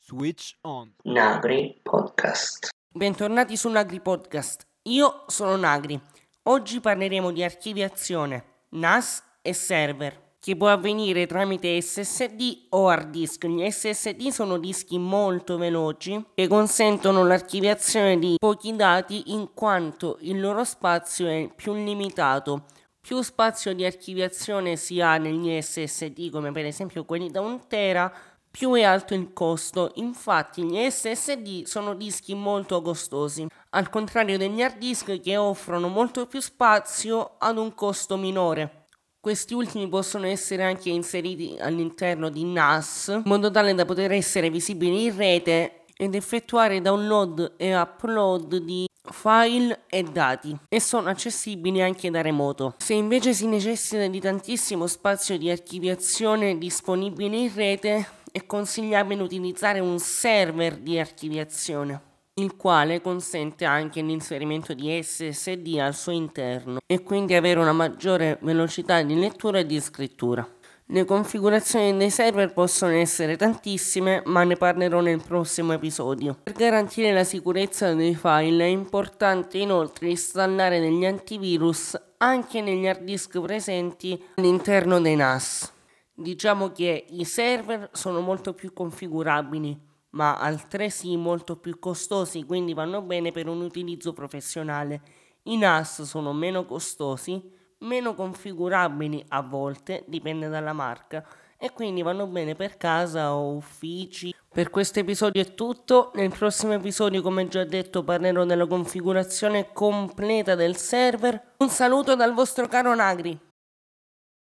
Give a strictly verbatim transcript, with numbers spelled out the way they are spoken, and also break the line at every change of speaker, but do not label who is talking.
Switch on.
Nagri Podcast.
Bentornati su Nagri Podcast. Io sono Nagri. Oggi parleremo di archiviazione, N A S e server, che può avvenire tramite S S D o hard disk. Gli S S D sono dischi molto veloci che consentono l'archiviazione di pochi dati in quanto il loro spazio è più limitato. Più spazio di archiviazione si ha negli S S D, come per esempio quelli da un tera, più è alto il costo. Infatti gli S S D sono dischi molto costosi, al contrario degli hard disk che offrono molto più spazio ad un costo minore. Questi ultimi possono essere anche inseriti all'interno di N A S in modo tale da poter essere visibili in rete ed effettuare download e upload di file e dati, e sono accessibili anche da remoto. Se invece si necessita di tantissimo spazio di archiviazione disponibile in rete, è consigliabile utilizzare un server di archiviazione, il quale consente anche l'inserimento di S S D al suo interno e quindi avere una maggiore velocità di lettura e di scrittura. Le configurazioni dei server possono essere tantissime, ma ne parlerò nel prossimo episodio. Per garantire la sicurezza dei file è importante inoltre installare degli antivirus anche negli hard disk presenti all'interno dei N A S. Diciamo che i server sono molto più configurabili, ma altresì molto più costosi, quindi vanno bene per un utilizzo professionale. I N A S sono meno costosi, meno configurabili a volte, dipende dalla marca, e quindi vanno bene per casa o uffici. Per questo episodio è tutto. Nel prossimo episodio, come già detto, parlerò della configurazione completa del server. Un saluto dal vostro caro Nagri.